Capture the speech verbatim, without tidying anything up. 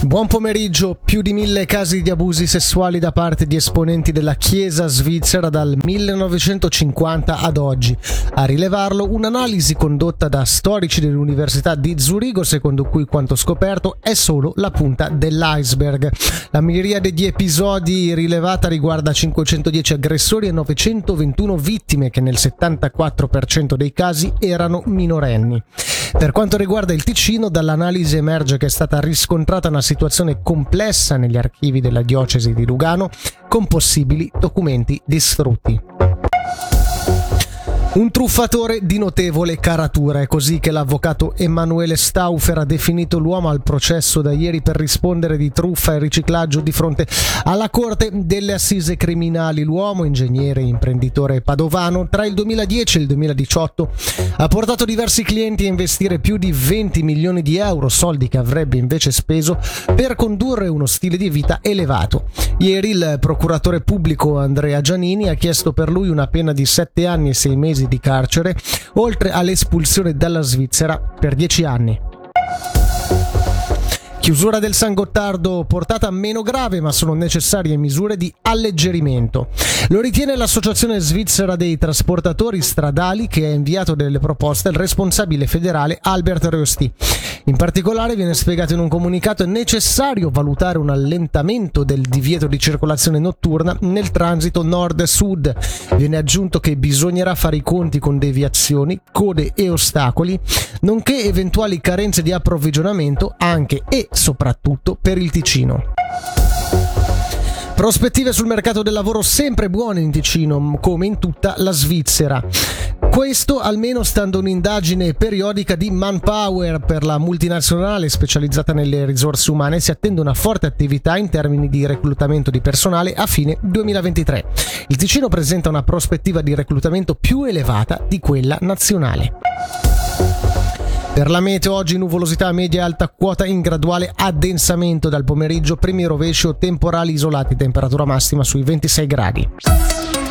Buon pomeriggio. Più di mille casi di abusi sessuali da parte di esponenti della Chiesa svizzera dal millenovecentocinquanta ad oggi. A rilevarlo un'analisi condotta da storici dell'Università di Zurigo, secondo cui quanto scoperto è solo la punta dell'iceberg. La miriade di episodi rilevata riguarda cinquecentodieci aggressori e novecentoventuno vittime, che nel settantaquattro per cento dei casi erano minorenni. Per quanto riguarda il Ticino, dall'analisi emerge che è stata riscontrata una situazione complessa negli archivi della diocesi di Lugano, con possibili documenti distrutti. Un truffatore di notevole caratura, è così che l'avvocato Emanuele Stauffer ha definito l'uomo al processo da ieri per rispondere di truffa e riciclaggio di fronte alla Corte delle Assise Criminali. L'uomo, ingegnere e imprenditore padovano, tra il duemiladieci e il duemiladiciotto ha portato diversi clienti a investire più di venti milioni di euro, soldi che avrebbe invece speso per condurre uno stile di vita elevato. Ieri il procuratore pubblico Andrea Giannini ha chiesto per lui una pena di sette anni e sei mesi di carcere, oltre all'espulsione dalla Svizzera per dieci anni. Chiusura del San Gottardo, portata meno grave, ma sono necessarie misure di alleggerimento. Lo ritiene l'Associazione Svizzera dei Trasportatori Stradali, che ha inviato delle proposte al responsabile federale Albert Rösti. In particolare viene spiegato in un comunicato: è necessario valutare un allentamento del divieto di circolazione notturna nel transito nord-sud. Viene aggiunto che bisognerà fare i conti con deviazioni, code e ostacoli, nonché eventuali carenze di approvvigionamento anche e soprattutto per il Ticino. Prospettive sul mercato del lavoro sempre buone in Ticino, come in tutta la Svizzera. Questo almeno stando un'indagine periodica di Manpower. Per la multinazionale specializzata nelle risorse umane si attende una forte attività in termini di reclutamento di personale a fine duemilaventitré. Il Ticino presenta una prospettiva di reclutamento più elevata di quella nazionale. Per la meteo oggi nuvolosità media e alta quota in graduale addensamento, dal pomeriggio primi rovesci o temporali isolati, temperatura massima sui ventisei gradi.